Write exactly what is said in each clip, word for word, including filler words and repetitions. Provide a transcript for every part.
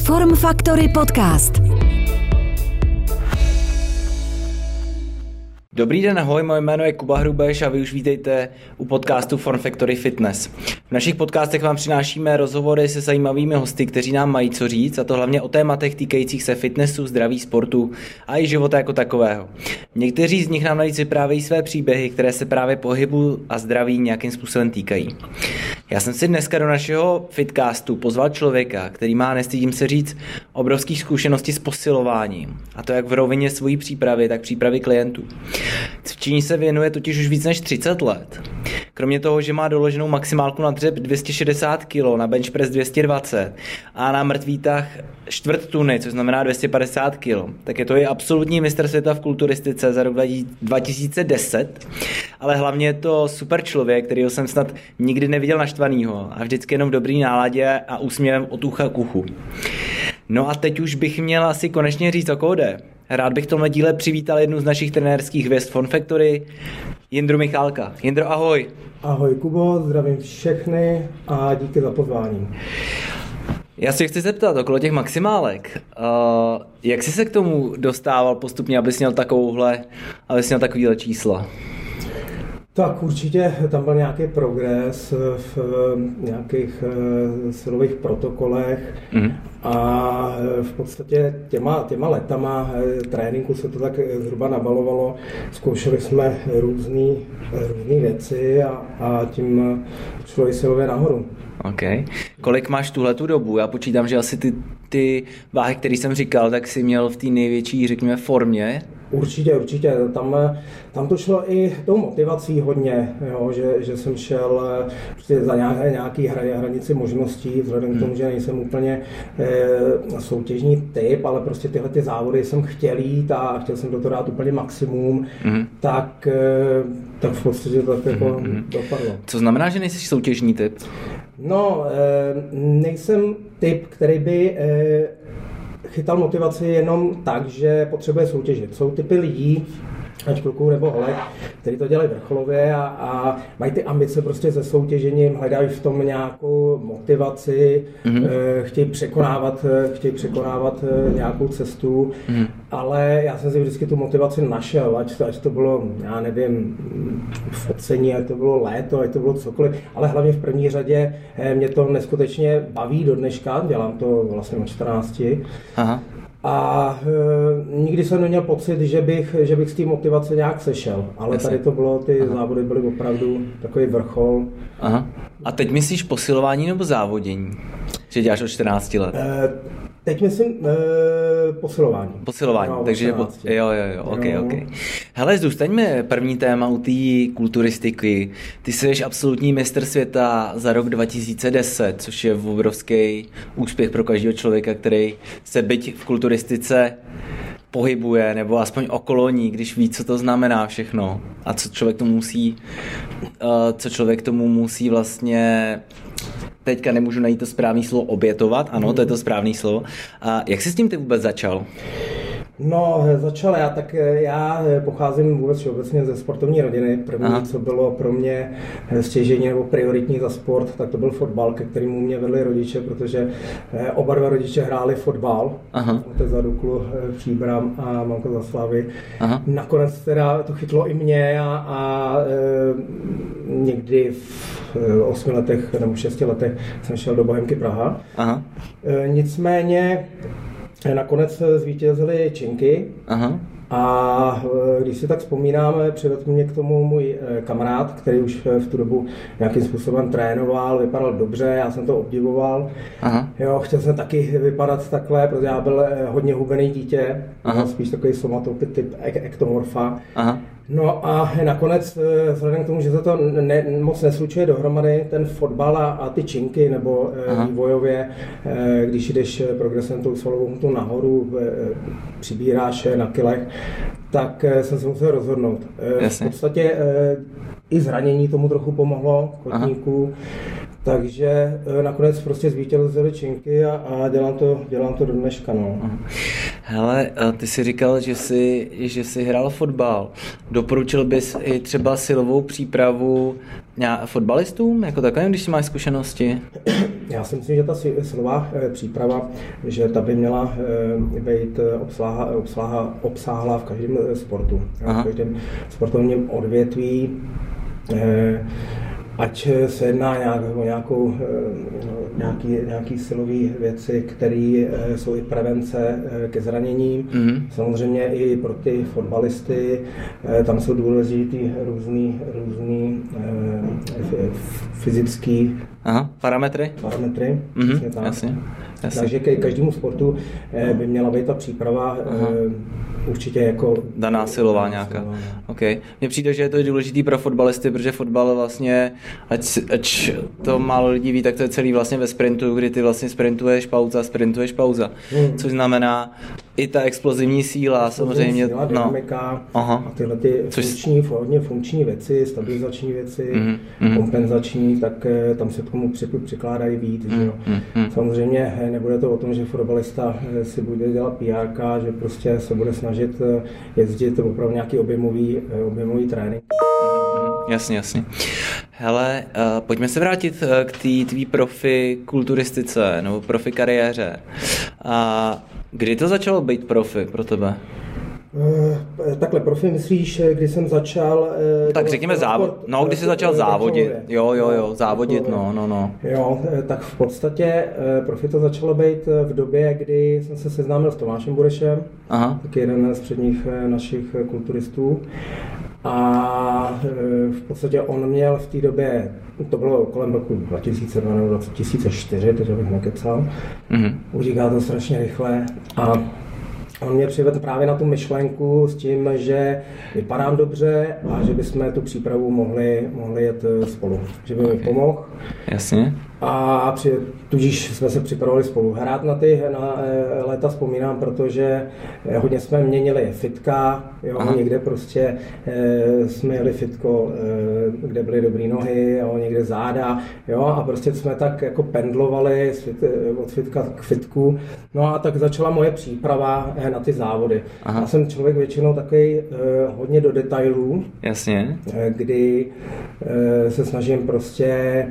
Form Factory podcast. Dobrý den, ahoj, moje jméno je Kuba Hrubeš a vy už vítejte u podcastu Form Factory Fitness. V našich podcastech vám přinášíme rozhovory se zajímavými hosty, kteří nám mají co říct, a to hlavně o tématech týkajících se fitnessu, zdraví, sportu a i života jako takového. Někteří z nich nám navíc vyprávějí své příběhy, které se právě pohybu a zdraví nějakým způsobem týkají. Já jsem si dneska do našeho fitcastu pozval člověka, který má, nestydím se říct, obrovské zkušenosti s posilováním, a to jak v rovině svojí přípravy, tak přípravy klientů. Cvičení se věnuje totiž už víc než třicet let. Kromě toho, že má doloženou maximálku na dřep dvě stě šedesát kilogramů, na bench press dvě stě dvacet a na mrtvý tah čtvrt tuny, což znamená dvě stě padesát kilogramů, tak je to i absolutní mistr světa v kulturistice za rok dva tisíce deset, ale hlavně je to super člověk, kterýho jsem snad nikdy neviděl naštvanýho a vždycky jenom v dobrý náladě a úsměvem od ucha k uchu. No a teď už bych měl asi konečně říct, o koho jde. Rád bych v tomhle díle přivítal jednu z našich trenérských hvězd Form Factory, Jindru Michálka. Jindro, ahoj. Ahoj Kubo, zdravím všechny a díky za pozvání. Já si chci zeptat okolo těch maximálek. Uh, jak jsi se k tomu dostával postupně, abys měl takovouhle, abys měl takovýhle čísla? Tak určitě tam byl nějaký progres v nějakých silových protokolech mm. a v podstatě těma, těma letama tréninku se to tak zhruba nabalovalo. Zkoušeli jsme různé různé věci a, a tím šlo i silově nahoru. OK. Kolik máš tuhletu dobu? Já počítám, že asi ty, ty váhy, které jsem říkal, tak jsi měl v té největší, řekněme, formě. Určitě, určitě. Tam, tam to šlo i tou motivací hodně, jo, že, že jsem šel prostě za nějaké, nějaký hranici možností, vzhledem k tomu, že nejsem úplně e, soutěžní typ, ale prostě tyhle ty závody jsem chtěl jít a chtěl jsem do toho dát úplně maximum, mm. tak, e, tak v podstatě to tak jako mm. dopadlo. Co znamená, že nejsi soutěžní typ? No, e, nejsem typ, který by e, chytal motivaci jenom tak, že potřebuje soutěžit. Jsou typy lidí, ať kluků nebo holek, kteří to dělají vrcholově a, a mají ty ambice prostě se soutěžením, hledají v tom nějakou motivaci, mm-hmm. e, chtějí překonávat, chtějí překonávat nějakou cestu, mm-hmm. ale já jsem si vždycky tu motivaci našel, ať, ať to bylo, já nevím, focení, ať to bylo léto, ať to bylo cokoliv, ale hlavně v první řadě mě to neskutečně baví do dneška, dělám to vlastně od čtrnácti. Aha. A e, nikdy jsem neměl pocit, že bych, že bych z té motivace nějak sešel, ale Jasně. tady to bylo, ty Aha. závody byly opravdu takový vrchol. Aha. A teď myslíš posilování nebo závodění, že děláš od čtrnácti let? E, teď myslím e, posilování. Posilování, no, takže po, jo, jo, jo, ok, no. ok. Hele, zůstaňme první téma u té kulturistiky. Ty jsi absolutní mistr světa za rok dva tisíce deset, což je obrovský úspěch pro každého člověka, který se byť v kulturistice pohybuje, nebo aspoň okolo ní, když ví, co to znamená všechno a co člověk tomu musí, co člověk tomu musí vlastně, teďka nemůžu najít to správné slovo, obětovat, ano, to je to správné slovo. A jak jsi s tím ty vůbec začal? No, začal já, tak já pocházím vůbec všeobecně ze sportovní rodiny. První, Aha. co bylo pro mě stěžení nebo prioritní za sport, tak to byl fotbal, ke kterému mě vedli rodiče, protože oba dva rodiče hráli fotbal. Otec za Duklu Příbram a mamka za Slavy. Aha. Nakonec teda to chytlo i mě a, a e, někdy v osmi letech nebo šesti letech jsem šel do Bohemky Praha. Aha. E, nicméně nakonec zvítězily Činky. Aha. A když si tak vzpomínáme, přivedl mě k tomu můj kamarád, který už v tu dobu nějakým způsobem trénoval, vypadal dobře, já jsem to obdivoval. Aha. Jo, chtěl jsem taky vypadat takhle, protože já byl hodně hubený dítě, spíš takový somatotyp typ ektomorfa. Aha. No a nakonec, vzhledem k tomu, že se to ne, moc neslučuje dohromady, ten fotbal a, a ty činky, nebo Aha. vývojově, když jdeš progresem tou svalovou hmotou nahoru, přibíráš na kilech, tak jsem se musel rozhodnout. Jasně. V podstatě i zranění tomu trochu pomohlo, kotníku. Takže nakonec prostě zvítězily Činky a, a dělám to, dělám to do dneška. No. Hele, ty jsi říkal, že jsi, že jsi hrál fotbal. Doporučil bys i třeba silovou přípravu fotbalistům, jako takovým, když máš zkušenosti? Já si myslím, že ta silová příprava, že ta by měla být obsáhlá, obsáhlá, obsáhlá v každém sportu, Aha. v každém sportovním odvětví. Ať se jedná nějak, o nějakou, nějaký, nějaký silový věci, které jsou i prevence ke zraněním. Mm-hmm. Samozřejmě i pro ty fotbalisty, tam jsou důležitý různý, různý fyzický Aha, parametry? Parametry, mm-hmm, tak. Jasně, jasně. Takže ke každému sportu by měla být ta příprava Aha. určitě jako... Daná silová nějaká. Silová. Okay. Mně přijde, že je to důležitý pro fotbalisty, protože fotbal vlastně, ať, ať to málo lidí ví, tak to je celý vlastně ve sprintu, kdy ty vlastně sprintuješ pauza, sprintuješ pauza. Hmm. Což znamená i ta explozivní síla, explozivní samozřejmě. Síla, dynamika no. a tyhle ty Což... funkční, hodně funkční věci, stabilizační věci, mm-hmm. kompenzační, tak tam se k tomu přikládají víc. Mm-hmm. Že jo. Mm-hmm. Samozřejmě nebude to o tom, že fotbalista si bude dělat P R K, že prostě se bude snažit jezdit opravdu nějaký objemový, objemový trénink. Jasně, jasně. Hele, uh, pojďme se vrátit uh, k té tvý profi kulturistice nebo profi kariéře. Uh, kdy to začalo být profi pro tebe? Uh, takhle, profi myslíš, kdy jsem začal... Uh, tak řekněme závod, no, kdy jsi začal závodit, jo, jo, jo, závodit, no, no, no. Jo, tak v podstatě uh, profi to začalo být v době, kdy jsem se seznámil s Tomášem Burešem, Aha. taky jeden z předních našich kulturistů. A v podstatě on měl v té době, to bylo kolem roku dva tisíce dva nebo dva tisíce čtyři, takže bych nekecal, mm-hmm. utíká to strašně rychle a on mě přivedl právě na tu myšlenku s tím, že vypadám dobře a že bychom tu přípravu mohli, mohli jet spolu, že by okay. mi pomohl. Jasně. A při, tudíž jsme se připravili spolu hrát na ty na, léta, vzpomínám, protože hodně jsme měnili fitka, jo, Aha. někde prostě e, jsme jeli fitko, e, kde byly dobré nohy, jo, někde záda, jo, a prostě jsme tak jako pendlovali fit, od fitka k fitku, no a tak začala moje příprava e, na ty závody. Aha. Já jsem člověk většinou takový e, hodně do detailů, Jasně. E, kdy e, se snažím prostě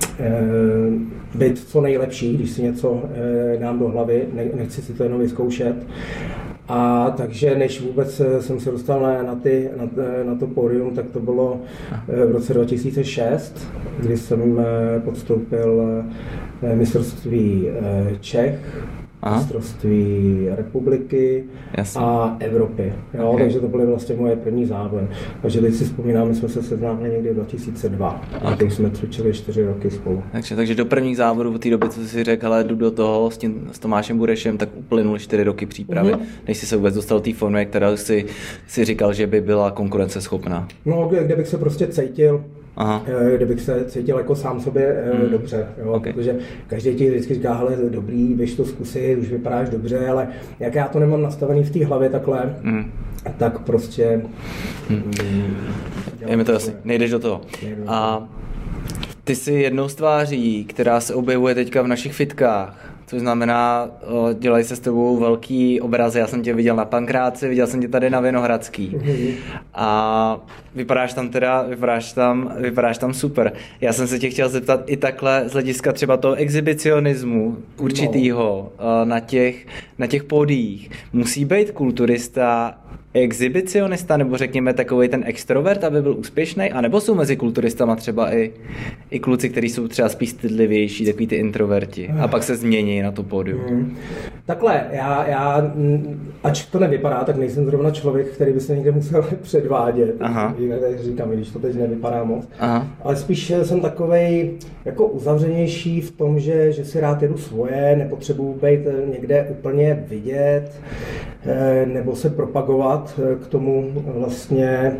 být co nejlepší, když si něco dám do hlavy, nechci si to jenom vyzkoušet. A takže než vůbec jsem se dostal na, na, ty, na, na to pódium, tak to bylo v roce dva tisíce šest, kdy jsem podstoupil mistrovství Čech, Aha. mistrovství republiky Jasně. a Evropy. Jo? Okay. Takže to byly vlastně moje první závody. Takže teď si vzpomínám, my jsme se seznámili někdy v dva tisíce dva. Okay. A teď jsme cvičili čtyři roky spolu. Takže, takže do prvních závodů v té době, co jsi si řekl, ale jdu do toho s, tím, s Tomášem Burešem, tak uplynul čtyři roky přípravy, mm-hmm. než jsi se vůbec dostal té formy, která si, si říkal, že by byla konkurenceschopná. No, kde, kde bych se prostě cítil, Aha. kdybych se cítil jako sám sobě mm. dobře, jo? Okay. Protože každý ti vždycky říká, hele, dobrý, běž to zkusit, už vypadáš dobře, ale jak já to nemám nastavený v té hlavě takhle, mm. tak prostě... Mm. Je mi to jasný, nejdeš do toho. A ty jsi jednou z tváří, která se objevuje teďka v našich fitkách, což znamená, dělají se s tebou velký obrazy. Já jsem tě viděl na Pankráci, viděl jsem tě tady na Vinohradský. A vypadáš tam teda, vypadáš tam, vypadáš tam super. Já jsem se tě chtěl zeptat i takhle z hlediska třeba toho exhibicionismu určitýho no. na těch, na těch pódiích. Musí být kulturista exhibicionista, nebo řekněme takový ten extrovert, aby byl úspěšný, anebo jsou mezi kulturistama třeba i, i kluci, kteří jsou třeba spíš stydlivější, takový ty introverti, a pak se změní na to pódium. Hmm. Takhle, já, já, ač to nevypadá, tak nejsem zrovna člověk, který by se někde musel předvádět. Aha. Jak říkám, když to teď nevypadá moc. Aha. Ale spíš jsem takovej jako uzavřenější v tom, že, že si rád jedu svoje, nepotřebuji být někde úplně vidět, nebo se propagovat k tomu vlastně.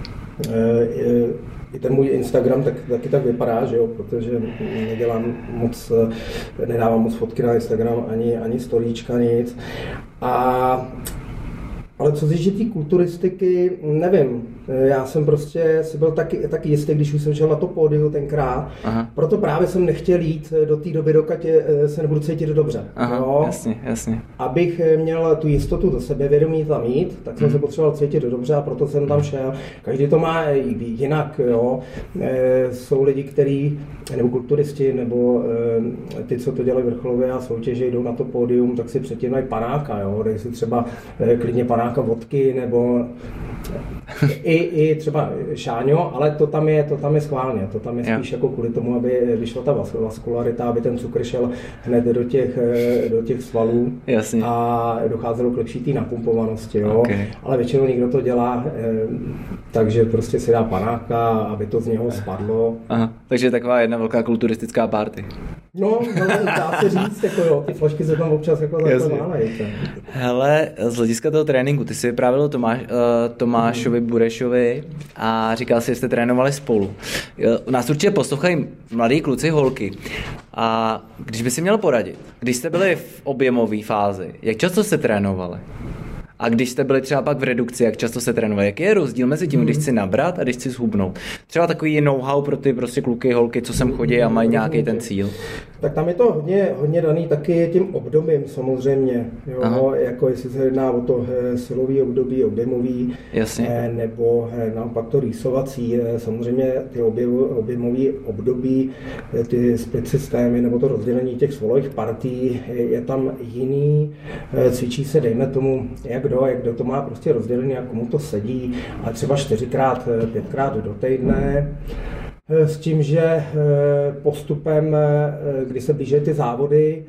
I ten můj Instagram tak, taky tak vypadá, že jo, protože nedělám moc, nedávám moc fotky na Instagram, ani, ani storíčka, nic. A Ale co se týče té kulturistiky, nevím. Já jsem prostě si byl taky, taky jistý, když už jsem šel na to pódiu tenkrát. Aha. Proto právě jsem nechtěl jít do té doby, dokud se nebudu cítit dobře. Aha, jo? Jasně, jasně. Abych měl tu jistotu do sebevědomí tam jít, tak jsem hmm. se potřeboval cítit dobře a proto jsem tam šel. Každý to má jinak. Jo? Jsou lidi, kteří, nebo kulturisti, nebo ty, co to dělají vrcholově a soutěže, jdou na to pódium, tak si předtím mají panáka. Jo? Dají si třeba klidně panáka vodky, nebo i, i třeba šáňo, ale to tam je, to tam je schválně, to tam je spíš jako kvůli tomu, aby vyšla ta vaskularita, aby ten cukr šel hned do těch, do těch svalů. Jasně. A docházelo k lepší té napumpovanosti, jo. Okay. Ale většinou někdo to dělá, takže prostě si dá panáka, aby to z něho spadlo. Aha. Takže taková jedna velká kulturistická party. No, no, dá se říct, jako jo, ty flašky se tam občas jako takhle málejí. Hele, z hlediska toho tréninku, ty jsi vyprávěl Tomáš, uh, Tomášovi Burešovi a říkal si, že jste trénovali spolu. Nás určitě poslouchají mladí kluci, holky. A když by si měl poradit, když jste byli v objemové fázi, jak často jste trénovali? A když jste byli třeba pak v redukci, jak často se trénovali? Jaký je rozdíl mezi tím, když chci nabrat a když chci zhubnout? Třeba takový know-how pro ty prostě kluky, holky, co sem chodí a mají nějaký ten cíl. Tak tam je to hodně, hodně daný taky tím obdobím samozřejmě. Jo? Jako jestli se jedná o to silový období, objemový, Jasně. nebo naopak to rýsovací. Samozřejmě ty objemový období, ty split systémy nebo to rozdělení těch svalových partí je tam jiný. Cvičí se, dejme tomu, jak kdo, jak kdo to má prostě rozdělený, jak komu to sedí, a třeba čtyřikrát, pětkrát do týdne. S tím, že postupem, kdy se blíží ty závody,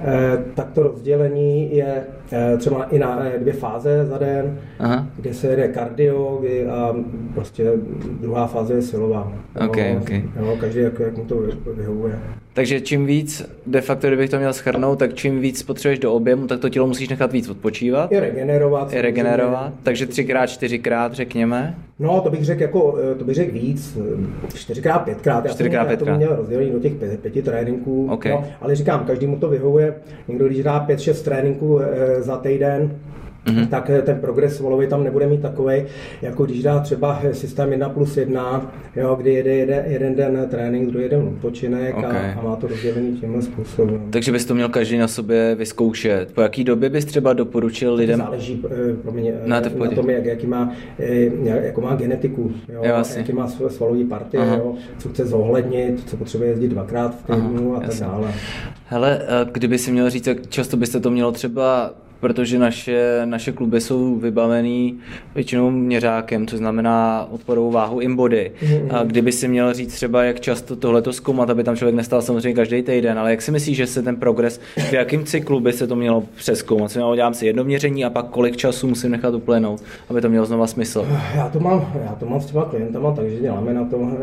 tak to rozdělení je třeba i na dvě fáze za den, Aha. kde se jede kardio a prostě druhá fáze je silová. Okay, okay. Jo, každý jak, jak mu to vyhovuje. Takže čím víc, de facto, kdybych to měl shrnout, tak čím víc potřebuješ do objemu, tak to tělo musíš nechat víc odpočívat. I regenerovat. I regenerovat, takže třikrát, čtyřikrát, řekněme. No, to bych řekl jako, to bych řekl víc, čtyřikrát, pětkrát. Já čtyřikrát, jsem, já to měl rozdělený do těch pěti, pěti tréninků. Okay. No, ale říkám, každému to vyhovuje. Někdo, když dá pět šest tréninků e, za týden, Mm-hmm. tak ten progres svalový tam nebude mít takovej, jako když dá třeba systém jedna plus jedna, jo, kdy jede jeden, jeden den trénink, druhý den odpočinek okay. a, a má to rozdělený tímhle způsobem. Takže bys to měl každý na sobě vyzkoušet. Po jaký době bys třeba doporučil lidem? Záleží pro mě, na, na tom, jak, jaký má, jako má genetiku, jo, jaký má svalový party, jo, co chce zohlednit, co potřebuje jezdit dvakrát v týdnu a tak dále. Hele, kdyby si měl říct, jak často byste to mělo třeba, protože naše, naše kluby jsou vybavený většinou měřákem, což znamená odporovou váhu InBody. Mm-hmm. A kdyby si měl říct třeba, jak často tohleto zkoumat, aby tam člověk nestal samozřejmě každý týden, ale jak si myslíš, že se ten progres, v jakém cyklu by se to mělo přezkoumat? Co mělo, dělám si jedno měření a pak kolik času musím nechat uplynout, aby to mělo znova smysl? Já to mám, já to mám s těma klientama, takže děláme na tom,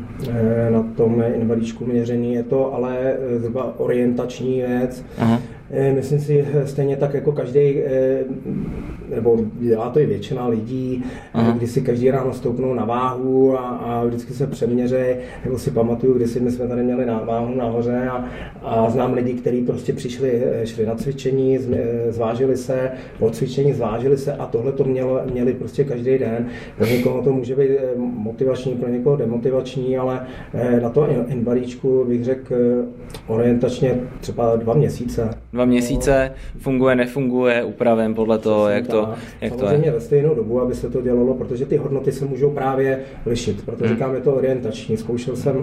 na tom invalidíčku měření, je to ale zhruba orientační věc. Aha. Myslím si stejně tak jako každý, nebo dělá to i většina lidí, Aha. kdy si každý ráno stoupnou na váhu a, a vždycky se přeměří, nebo si pamatuju, když my jsme tady měli na váhu nahoře a, a znám lidi, kteří prostě přišli, šli na cvičení, zvážili se, po cvičení zvážili se a tohle to mělo, měli prostě každý den. Pro někoho to může být motivační, pro někoho demotivační, ale na to invalidíčku bych řekl orientačně třeba dva měsíce. Dva měsíce, funguje, nefunguje, upravím podle toho, jak to, jak to je. Samozřejmě ve stejnou dobu, aby se to dělalo, protože ty hodnoty se můžou právě lišit, protože hmm. říkám, je to orientační. Zkoušel jsem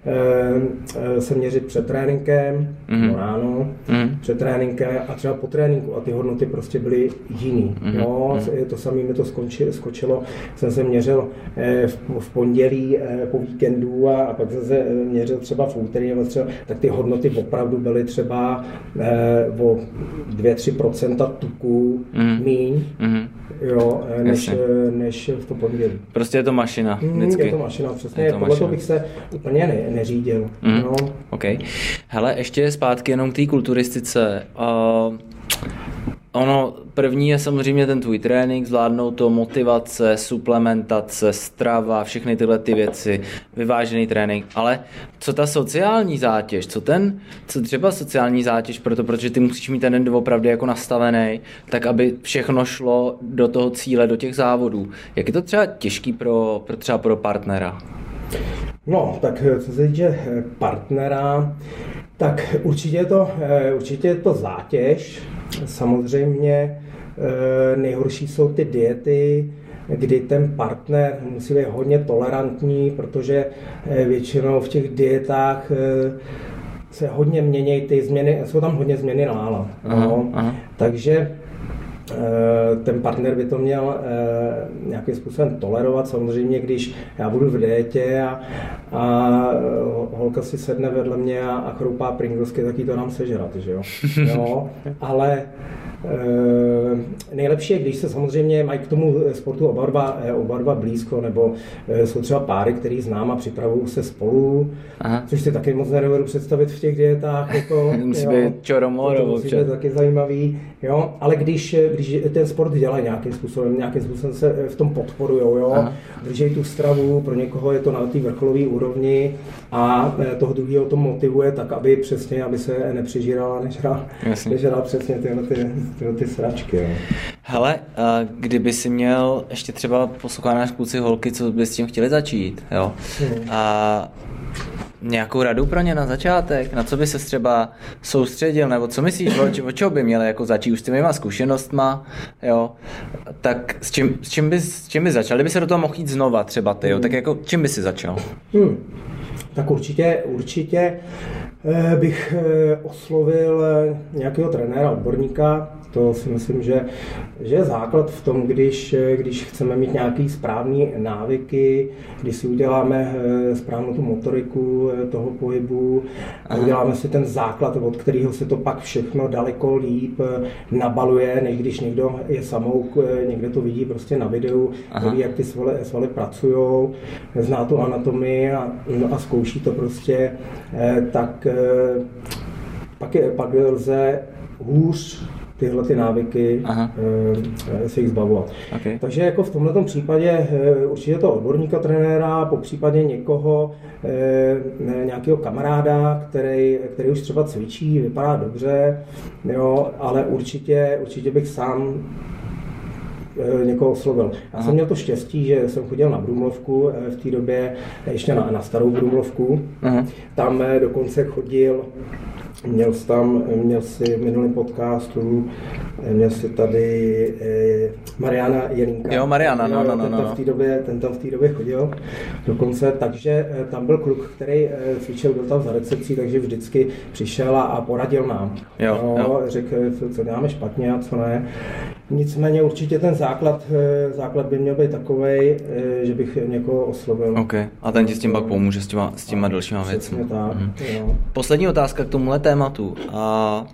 e, se měřit před tréninkem, hmm. no ráno, hmm. před tréninkem a třeba po tréninku a ty hodnoty prostě byly jiný. Hmm. No, hmm. To samé mi to skonči, skočilo, jsem se měřil e, v, v pondělí e, po víkendu a, a pak jsem se měřil třeba v úterý, třeba, tak ty hodnoty opravdu byly třeba e, o dvě až tři procenta tuku mm. míň, mm. jo, než, než v tom pondělí. Prostě je to mašina vždycky. Je to mašina, přesně. Je to podle toho bych se úplně ne, neřídil. Mm. No. OK. Hele, ještě zpátky jenom k té kulturistice. Uh, ono první je samozřejmě ten tvůj trénink, zvládnout to, motivace, suplementace, strava, všechny tyhle ty věci, vyvážený trénink, ale co ta sociální zátěž, co ten, co třeba sociální zátěž, proto, protože ty musíš mít ten den opravdu jako nastavený, tak aby všechno šlo do toho cíle, do těch závodů. Jak je to třeba těžký pro, pro třeba pro partnera? No, tak co se týče partnera, tak určitě je to, určitě je to zátěž. Samozřejmě nejhorší jsou ty diety, kdy ten partner musí být hodně tolerantní, protože většinou v těch dietách se hodně mění ty změny, jsou tam hodně změny nálad. No. Takže ten partner by to měl nějakým způsobem tolerovat. Samozřejmě, když já budu v dietě a, a holka si sedne vedle mě a, a chroupá Pringlesky, tak jí to nám sežrat, že jo? Jo, ale nejlepší je, když se samozřejmě mají k tomu sportu oba dva, oba dva blízko, nebo jsou třeba páry, který znám a připravují se spolu, aha, což si taky moc nedovedu představit v těch dietách. Jako, musí být čoromoro. To musí být taky zajímavý. Jo? Ale když, když ten sport dělají nějakým způsobem, nějakým způsobem se v tom podporujou, jo? Drží tu stravu, pro někoho je to na té vrcholové úrovni a toho druhého to motivuje tak, aby přesně, aby se nepřežírala, nežrala, nežrala přesně tyhle ty, tyhle ty sračky. Jo? Hele, kdyby si měl ještě třeba poslouchat náš kluci holky, co by s tím chtěli začít, jo? Hmm. A nějakou radu pro ně na začátek, na co by se třeba soustředil, nebo co myslíš, o, o čeho by měli jako začít už s těmima zkušenostma, jo, tak s čím, s čím by, s čím by začal, kdyby se do toho mohl jít znova třeba ty, jo, tak jako čím by si začal? Hmm. Tak určitě, určitě bych oslovil nějakého trenéra, odborníka. To si myslím, že, že je základ v tom, když, když chceme mít nějaký správný návyky, když si uděláme správnou tu motoriku toho pohybu, aha, uděláme si ten základ, od kterého se to pak všechno daleko líp nabaluje, než když někdo je samouk, někde to vidí prostě na videu, ví, jak ty svaly, svaly pracujou, zná tu anatomii a, no a zkouší to prostě, tak pak, je, pak lze hůř tyhle ty návyky e, se jich zbavovat. Okay. Takže jako v tomto případě e, určitě to odborníka, trenéra, po případě někoho, e, nějakého kamaráda, který, který už třeba cvičí, vypadá dobře, jo, ale určitě, určitě bych sám e, někoho oslovil. Já Aha. jsem měl to štěstí, že jsem chodil na Brumlovku e, v té době, ještě na, na starou Brumlovku. Aha. Tam e, dokonce chodil Měl jsi tam, měl jsi v minulém podcastu, měl jsi tady eh, Mariana Jelínka. Jo, Mariana, no, no, no, no. Ten tam v té době, ten tam v té době chodil dokonce, takže eh, tam byl kluk, který eh, cvičil, byl tam za recepcí, takže vždycky přišel a, a poradil nám. Jo, no, jo. Řekl, co, co děláme špatně a co ne. Nicméně určitě ten základ, eh, základ by měl být takovej, eh, že bych někoho oslovil. OK. A ten ti s tím pak pomůže s těma, s těma dalšíma věcmi. Tak, mhm. Poslední otázka k tomuhle tématu. A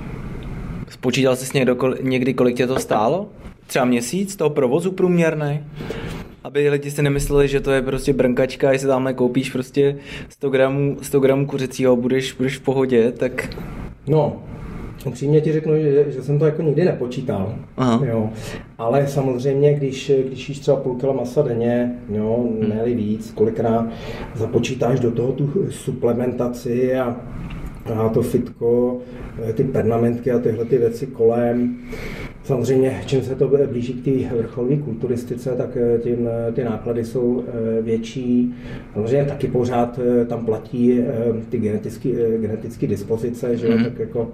spočítal jsi někdo, někdy, kolik tě to stálo? Třeba měsíc toho provozu průměrný? Aby lidi si nemysleli, že to je prostě brnkačka, jestli tamhle koupíš prostě sto gramů, sto gramů kuřecího, budeš, budeš v pohodě, tak... No, upřímně ti řeknu, že, že jsem to jako nikdy nepočítal. Jo. Ale samozřejmě, když, když jíš třeba půl kila masa denně, jo, ne-li víc, kolikrát započítáš do toho tu suplementaci a a to fitko, ty pernamentky a tyhle ty věci kolem. Samozřejmě, čím se to blíží k té vrcholové kulturistice, tak tím, ty náklady jsou větší. Samozřejmě taky pořád tam platí ty genetické dispozice, že mm. tak jako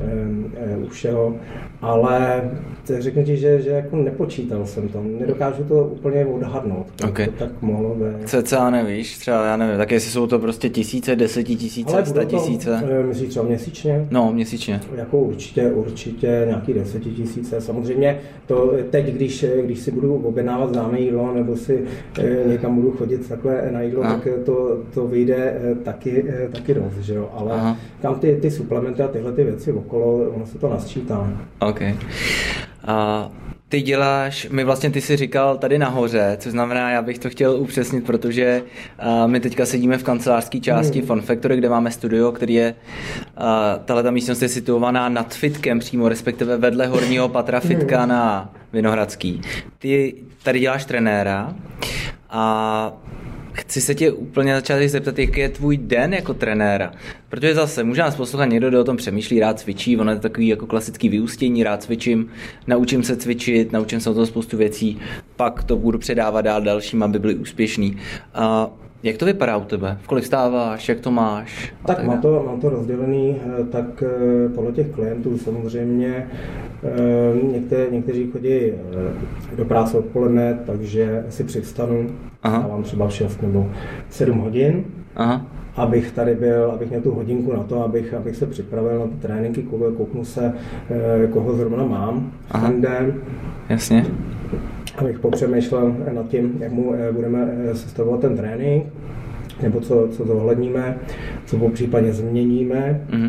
u všeho. Ale řeknu ti, že, že jako nepočítal jsem to, nedokážu to úplně odhadnout. Okay. To tak mohlo být. Cca nevíš, třeba já nevím, tak jestli jsou to prostě tisíce, desetitisíce, sta tisíce. Myslíš třeba měsíčně? No, měsíčně. Jako určitě, určitě nějaký desetitisíce. Samozřejmě to teď, když, když si budu objednávat známé jídlo, nebo si eh, někam budu chodit takhle na jídlo, Aha. tak to, to vyjde eh, taky, eh, taky dost, že jo. Ale tam ty, ty suplementy a tyhle ty věci okolo, ono se to nasčítá. OK. A ty děláš, my vlastně ty jsi říkal tady nahoře, což znamená, já bych to chtěl upřesnit, protože uh, my teďka sedíme v kancelářské části hmm. Fun Factory, kde máme studio, který je, uh, tahleta místnost je situovaná nad fitkem přímo, respektive vedle horního patra fitka hmm. na Vinohradský. Ty tady děláš trenéra a chci se tě úplně začát zeptat, jaký je tvůj den jako trenéra. Protože zase může nás poslouchat někdo, kdo o tom přemýšlí, rád cvičí, ono je takový jako klasický vyústění, rád cvičím, naučím se cvičit, naučím se o toho spoustu věcí, pak to budu předávat dál dalším, aby byli úspěšní. A jak to vypadá u tebe? V kolik vstáváš? Jak to máš? Tak, tak mám, to, mám to rozdělený tak podle těch klientů samozřejmě. Některé, někteří chodí do práce odpoledne, takže si přivstanu, vstávám třeba v šest nebo sedm hodin. Aha. Abych tady byl, abych měl tu hodinku na to, abych, abych se připravil na ty tréninky, kouknu se, koho zrovna mám Aha. ten den. Jasně. Abych popřemýšlel nad tím, jak mu budeme sestavovat ten trénink, nebo co, co zohledníme, co po případě změníme. Mm-hmm.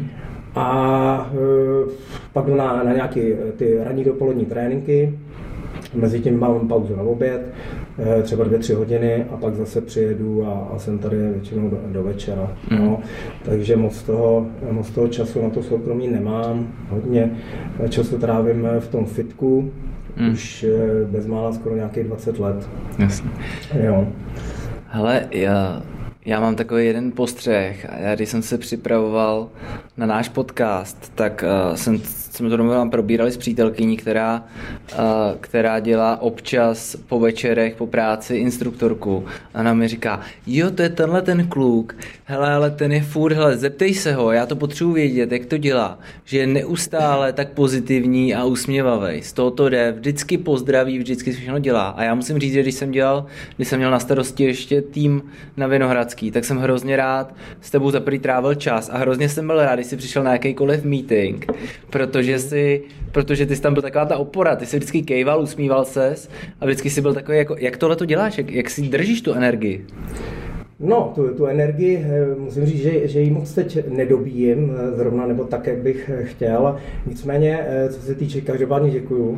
A e, pak na, na nějaké ty ranní dopolední tréninky, mezi tím mám pauzu na oběd, e, třeba dvě, tři hodiny a pak zase přijedu a, a jsem tady většinou do, do večera. Mm. No. Takže moc toho, moc toho času na to soukromí nemám, hodně času trávím v tom fitku, mm. už bezmála skoro nějakých dvacet let. Jasně. Jo. Hele, já... Já mám takový jeden postřeh a já, když jsem se připravoval na náš podcast, tak uh, jsem, jsme to domluvili, probírali s přítelkyní, která, uh, která dělá občas po večerech, po práci instruktorku. A ona mi říká, jo, to je tenhle ten kluk, hele, ale ten je furt, hele, zeptej se ho, já to potřebuji vědět, jak to dělá, že je neustále tak pozitivní a usměvavý. Z toho to jde, vždycky pozdraví, vždycky všechno dělá. A já musím říct, že když jsem dělal, když jsem měl na starosti ještě tým na Vinohradský, tak jsem hrozně rád s tebou za prvý trávil čas a hrozně jsem byl rád, když jsi přišel na jakýkoliv meeting, protože si, protože ty jsi tam byl taková ta opora, ty jsi vždycky kejval, usmíval ses a vždycky jsi byl takový jako, jak tohle to děláš, jak, jak si držíš tu energii? No, tu, tu energii, musím říct, že, že ji moc teď nedobíjím zrovna, nebo tak, jak bych chtěl. Nicméně, co se týče, každopádně děkuju,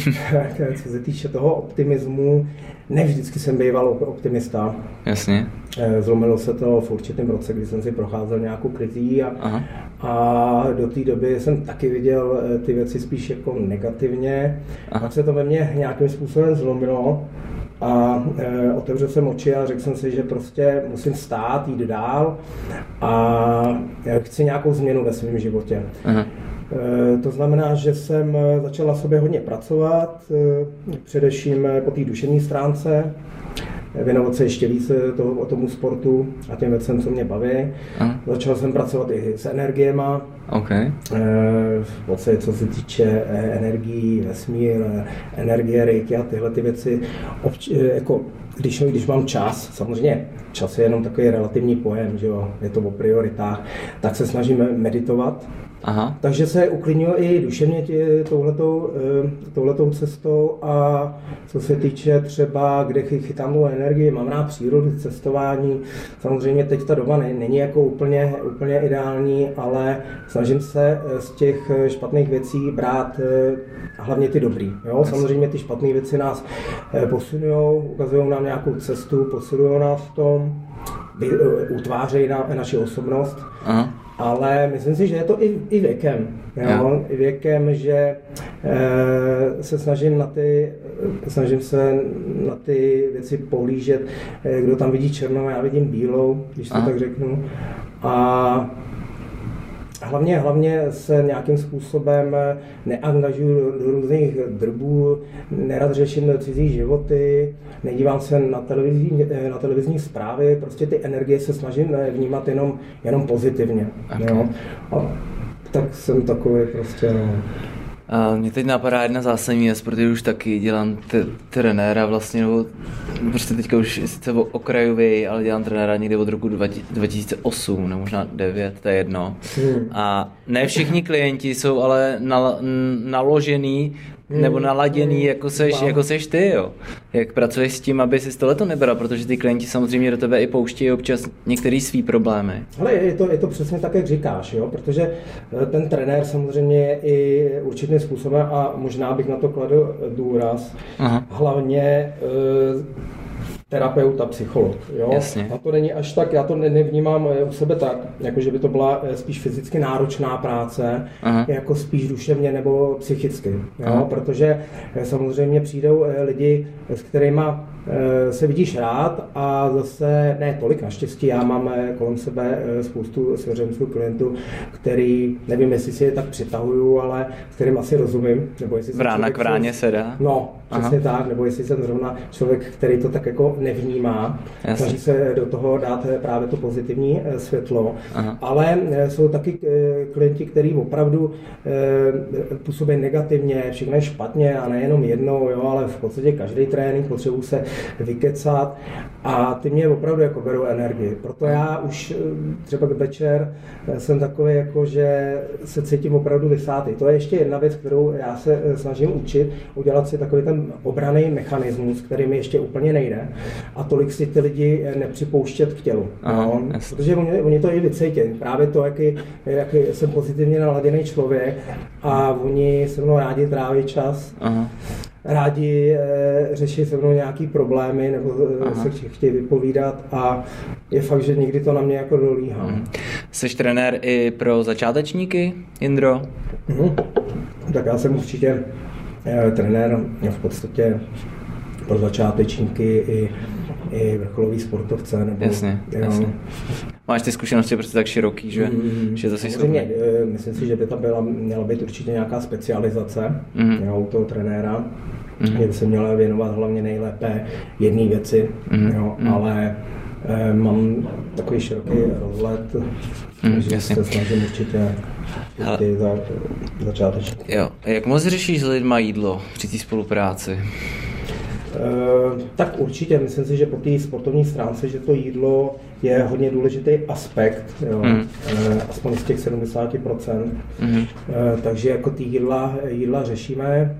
co se týče toho optimismu, ne vždycky jsem býval optimista. Jasně. Zlomilo se to v určitém roce, kdy jsem si procházel nějakou krizí a, a do té doby jsem taky viděl ty věci spíš jako negativně. Pak se to ve mně nějakým způsobem zlomilo. A e, otevřel jsem oči a řekl jsem si, že prostě musím stát, jít dál a chci nějakou změnu ve svém životě. Aha. E, to znamená, že jsem začal na sobě hodně pracovat, e, především po té duševní stránce, věnovat se ještě víc toho, o tomu sportu a těm věcem, co mě baví. Aha. Začal jsem pracovat i s energiema. Okay. V podstatě, co se týče energií, vesmír, energie, reiki a tyhle ty věci. Jako, když, když mám čas, samozřejmě čas je jenom takový relativní pojem, že jo, je to o prioritách, tak se snažím meditovat. Aha. Takže se uklidnil i duševně tě, touhletou, touhletou cestou a co se týče třeba, kde chytám tu energii, mám rád přírodu, cestování. Samozřejmě teď ta doba není jako úplně, úplně ideální, ale snažím se z těch špatných věcí brát hlavně ty dobrý. Jo? Samozřejmě ty špatné věci nás posunují, ukazují nám nějakou cestu, posunují nás v tom, utvářejí na, naši osobnost. Aha. Ale myslím si, že je to i, i věkem, jo? I věkem, že e, se snažím na ty, snažím se na ty věci pohlížet, e, kdo tam vidí černou, já vidím bílou, když to Aha. tak řeknu. A hlavně, hlavně se nějakým způsobem neangažuju do, do různých drbů, nerad řeším cizí životy, nedívám se na televizní, na televizní zprávy, prostě ty energie se snažím vnímat jenom, jenom pozitivně. Okay. Jo? A tak jsem takový prostě, no. A mě teď napadá jedna zásadní věc, protože už taky dělám t- trenéra vlastně, nebo prostě teďka už sice okrajový, ale dělám trenéra někdy od roku dva tisíce osm, nebo možná devět, to je jedno. Hmm. A ne všichni klienti jsou ale nal- naložený hmm. nebo naladěný, hmm. jako, seš, jako seš ty, jo. Jak pracuješ s tím, aby si tohleto nebral, protože ty klienti samozřejmě do tebe i pouštějí občas některé svý problémy. Ale je to, je to přesně tak, jak říkáš, jo, protože ten trenér samozřejmě je i určitým způsobem a možná bych na to kladl důraz, Aha. hlavně e, terapeut a psycholog. Jo? Jasně. A to není až tak, já to nevnímám u sebe tak, jako že by to byla spíš fyzicky náročná práce, Aha. jako spíš duševně nebo psychicky. Jo? Protože samozřejmě přijdou lidi, s kterými se vidíš rád a zase ne tolik naštěstí, já mám kolem sebe spoustu svěřenců klientů, který, nevím, jestli si je tak přitahuju, ale s kterým asi rozumím. Nebo jestli Vrána k vráně se dá? No, přesně Aha. tak, nebo jestli jsem zrovna člověk, který to tak jako nevnímá, snaží se do toho dát právě to pozitivní světlo, Aha. ale jsou taky klienti, kteří opravdu působí negativně, všechno je špatně a nejenom jednou, jo, ale v podstatě každý trénink potřebuji se vykecat a ty mě opravdu jako berou energii. Proto já už třeba večer jsem takový, jako, že se cítím opravdu vysátý. To je ještě jedna věc, kterou já se snažím učit, udělat si takový ten obranný mechanismus, který mi ještě úplně nejde a tolik si ty lidi nepřipouštět k tělu. Aha, no, protože oni, oni to i vycítí. Právě to, jaký, jaký jsem pozitivně naladěný člověk a oni se mnou rádi tráví čas. Aha. Rádi e, řeší se mnou nějaký problémy nebo Aha. se chtějí vypovídat a je fakt, že někdy to na mě jako dolíhá. Hmm. Jseš trenér i pro začátečníky, Jindro? Hmm. Tak já jsem určitě e, trenér v podstatě pro začátečníky i, i vrcholový sportovce. Nebo, jasně, jo. jasně. Máš ty zkušenosti prostě tak široký, že, mm, že to jsi schopný. Myslím si, že by tam byla, měla být určitě nějaká specializace mm. jo, u toho trenéra, mm. kde by se měla věnovat hlavně nejlépe jedné věci, mm. jo, mm. ale eh, mám takový široký rozhled, mm, že jasně. se snažím určitě ty za, začátečníky. Jo, jak moc řešíš s lidma jídlo při té spolupráci? Uh, tak určitě, myslím si, že po té sportovní stránce, že to jídlo je hodně důležitý aspekt, jo, mm. uh, aspoň z těch sedmdesát procent, mm. uh, takže jako ty jídla, jídla řešíme,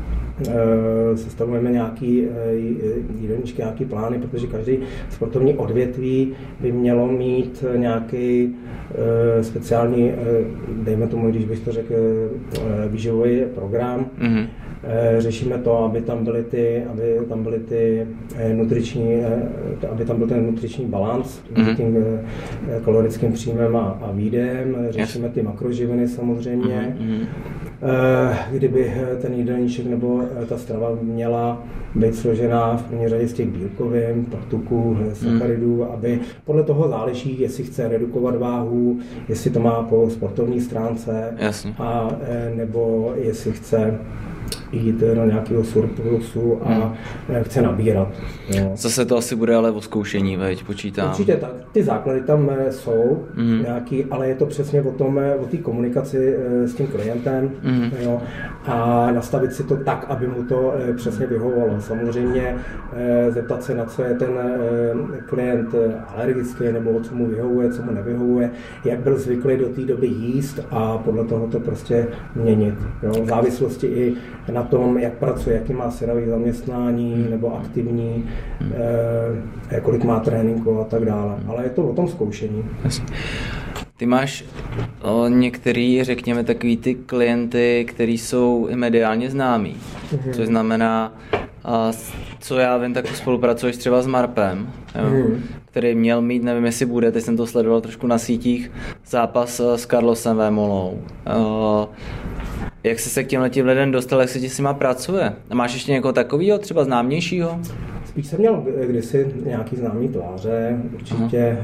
uh, sestavujeme nějaký uh, jídelníčky, nějaký plány, protože každý sportovní odvětví by mělo mít nějaký uh, speciální, uh, dejme tomu, když bych to řekl, uh, výživový program. Mm. Řešíme to, aby tam byly ty, aby tam byly ty nutriční, aby tam byl ten nutriční balans mezi mm-hmm. tím kalorickým příjmem a, a výdejem. Řešíme ty makroživiny samozřejmě. Mm-hmm. Kdyby ten jídelníček nebo ta strava měla být složená v první řadě z těch bílkovin, tuků, sacharidů, mm. aby podle toho záleží, jestli chce redukovat váhu, jestli to má po sportovní stránce, Jasně. a nebo jestli chce jít do nějakého surplusu a hmm. chce nabírat. Jo. Zase to asi bude ale o zkoušení, veď, počítám. Určitě tak. Ty základy tam jsou hmm. nějaký, ale je to přesně o tom, o té komunikaci s tím klientem, hmm. jo, a nastavit si to tak, aby mu to přesně vyhovovalo. Samozřejmě zeptat se, na co je ten klient alergický, nebo co mu vyhovuje, co mu nevyhovuje, jak byl zvyklý do té doby jíst a podle toho to prostě měnit. Jo. V závislosti i na tom, jak pracuje, jaký má syrový zaměstnání nebo aktivní, eh, kolik má tréninku a tak dále. Ale je to o tom zkoušení. Ty máš o, některý, řekněme, takový ty klienty, který jsou i mediálně známí. Mm-hmm. Což znamená, a, co já vím, tak spolupracuješ třeba s Marpem, jo, mm-hmm. který měl mít, nevím, jestli bude, teď jsem to sledoval trošku na sítích, zápas s Carlosem Vémolou. O, Jak jsi se k těmhletím lidem dostal, jak se ti s nima pracuje? A máš ještě někoho takového, třeba známějšího? Spíš jsem měl kdysi nějaký známý tváře, určitě e,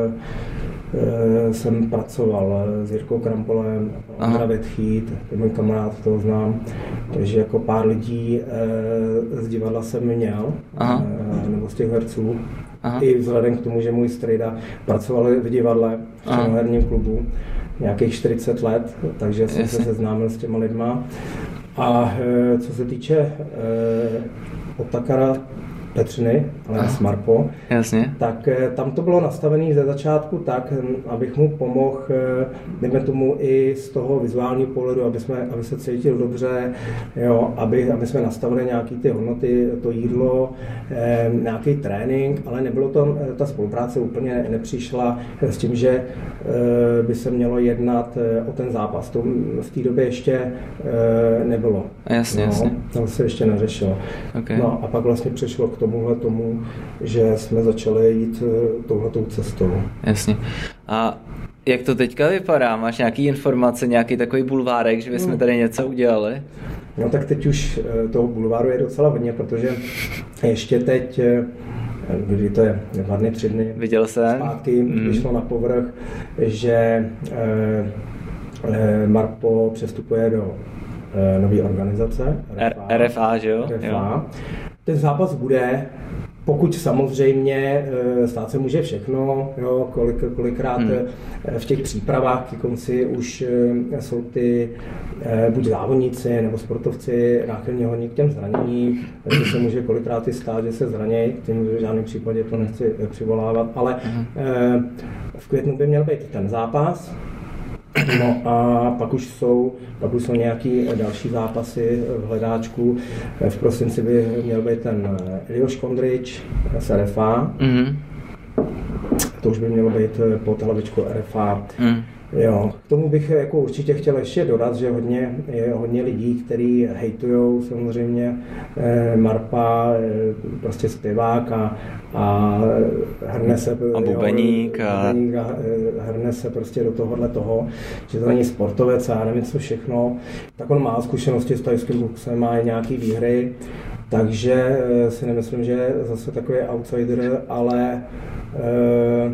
e, jsem pracoval s Jirkou Krampolem, Ondra Vetchýt, můj kamarád, toho znám, takže jako pár lidí e, z divadla jsem měl, e, nebo z těch herců. Aha. I vzhledem k tomu, že můj strejda pracoval v divadle, v černoherním klubu, nějakých čtyřicet let, takže jsem Jasně. se seznámil s těma lidma. A e, co se týče e, Otakara, Petřiny, ale s Marpo. Jasně. Tak tam to bylo nastavené ze začátku tak, abych mu pomohl, dejme tomu i z toho vizuálního pohledu, aby, jsme, aby se cítil dobře, jo, aby, aby jsme nastavili nějaké ty hodnoty, to jídlo, eh, nějaký trénink, ale nebylo to, ta spolupráce úplně nepřišla s tím, že eh, by se mělo jednat o ten zápas. To v té době ještě eh, nebylo. Jasně, no, jasně. Tam se ještě neřešilo. Okay. No a pak vlastně přešlo k tomuhle tomu, že jsme začali jít touhletou cestou. Jasně. A jak to teďka vypadá? Máš nějaký informace, nějaký takový bulvárek, že bychom tady něco udělali? No tak teď už toho bulváru je docela hodně, protože ještě teď, kdy to je dva dny, tři dny Viděl jsem. zpátky, mm. vyšlo na povrch, že eh, eh, Marpo přestupuje do eh, nové organizace. R F A, R F A, že jo? R F A. Ten zápas bude, pokud samozřejmě stát se může všechno, jo, kolik, kolikrát hmm. v těch přípravách ke konci už jsou ty buď závodníci nebo sportovci náchylně hodně k těm zraněním, takže se může kolikrát i stát, že se zranějí, tím v žádném případě to nechci přivolávat, ale hmm. v květnu by měl být ten zápas. No a pak už jsou, pak už jsou nějaký další zápasy v hledáčku. V prosinci by měl být ten Elios Kondrič z R F A. Mm-hmm. To už by mělo být pod hlavičkou R F A. Mm. Jo, k tomu bych jako určitě chtěl ještě dodat, že hodně, je hodně lidí, kteří hejtujou samozřejmě eh, Marpa, eh, prostě zpěvák a, a hrne se, a bubeník, jo, a... bubeník a hrne se prostě do tohohle toho, že to není sportovec a já nevím co všechno. Tak on má zkušenosti s tajským boxem, má i nějaký výhry, takže eh, si nemyslím, že je zase takový outsider, ale eh,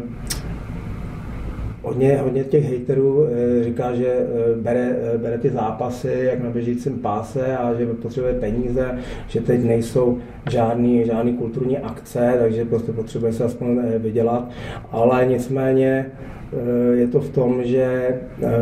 Hodně, hodně těch hejterů e, říká, že e, bere, e, bere ty zápasy jak na běžícím páse a že potřebuje peníze, že teď nejsou žádný, žádný kulturní akce, takže prostě potřebuje se aspoň e, vydělat. Ale nicméně e, je to v tom, že e,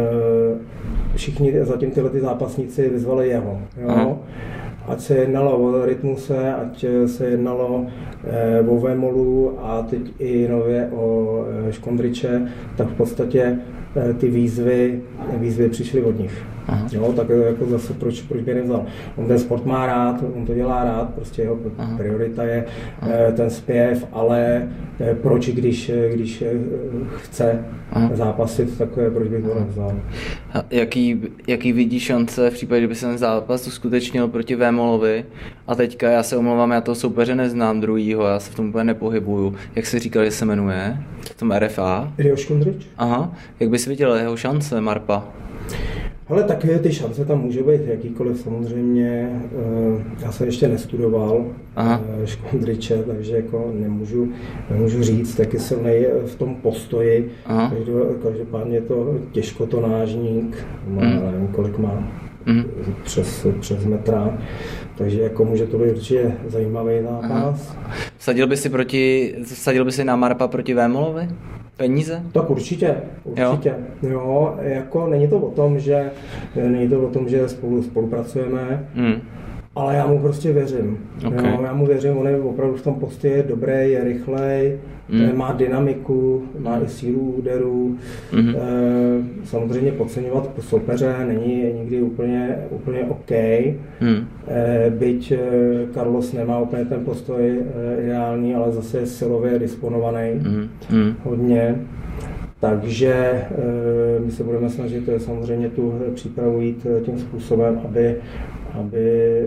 všichni zatím tyhle ty zápasníci vyzvali jeho. Jo? Ať se jednalo o Rytmuse, ať se jednalo e, o Vémolu a teď i nově o e, Škondriče, tak v podstatě e, ty výzvy, výzvy přišly od nich. Aha. Jo, tak jako zase proč, proč by nevzal. On ten sport má rád, on to dělá rád, prostě jeho Aha. priorita je e, ten zpěv, ale e, proč, když, když e, chce Aha. zápasit, tak e, proč bych to nevzal. A jaký, jaký vidí šance v případě, kdyby se ten zápas uskutečnil proti Vémolovi a teďka já se omlouvám, já toho soupeře neznám druhýho, já se v tom úplně nepohybuju. Jak se říkal, že se jmenuje? V tom R F A? Elios Kondrič. Aha. Jak bys viděl jeho šance, Marpa? Ale taky ty šance tam může být jakýkoliv samozřejmě. Já jsem ještě nestudoval Škondriče, takže jako nemůžu, nemůžu říct, taky jsem nej v tom postoji. Každopádně je to těžkotonážník, má, mm. nevím, kolik má, mm. přes, přes metra. Takže jako může to být určitě zajímavý zápas. Vsadil by si proti, vsadil by si na Marpa proti Vémolovi? Peníze? Tak určitě, určitě. Jo? Jo, jako není to o tom, že není to o tom, že spolu spolupracujeme, mm. ale já mu prostě věřím. Okay. Jo, já mu věřím, on je opravdu v tom postoji je dobrý, je rychlej, mm. má dynamiku, má i sílu úderů. Mm. E, samozřejmě podceňovat soupeře není nikdy úplně, úplně OK. Mm. E, byť e, Carlos nemá úplně ten postoj e, ideální, ale zase je silově disponovaný mm. Mm. hodně. Takže e, my se budeme snažit samozřejmě tu přípravu jít tím způsobem, aby, aby e,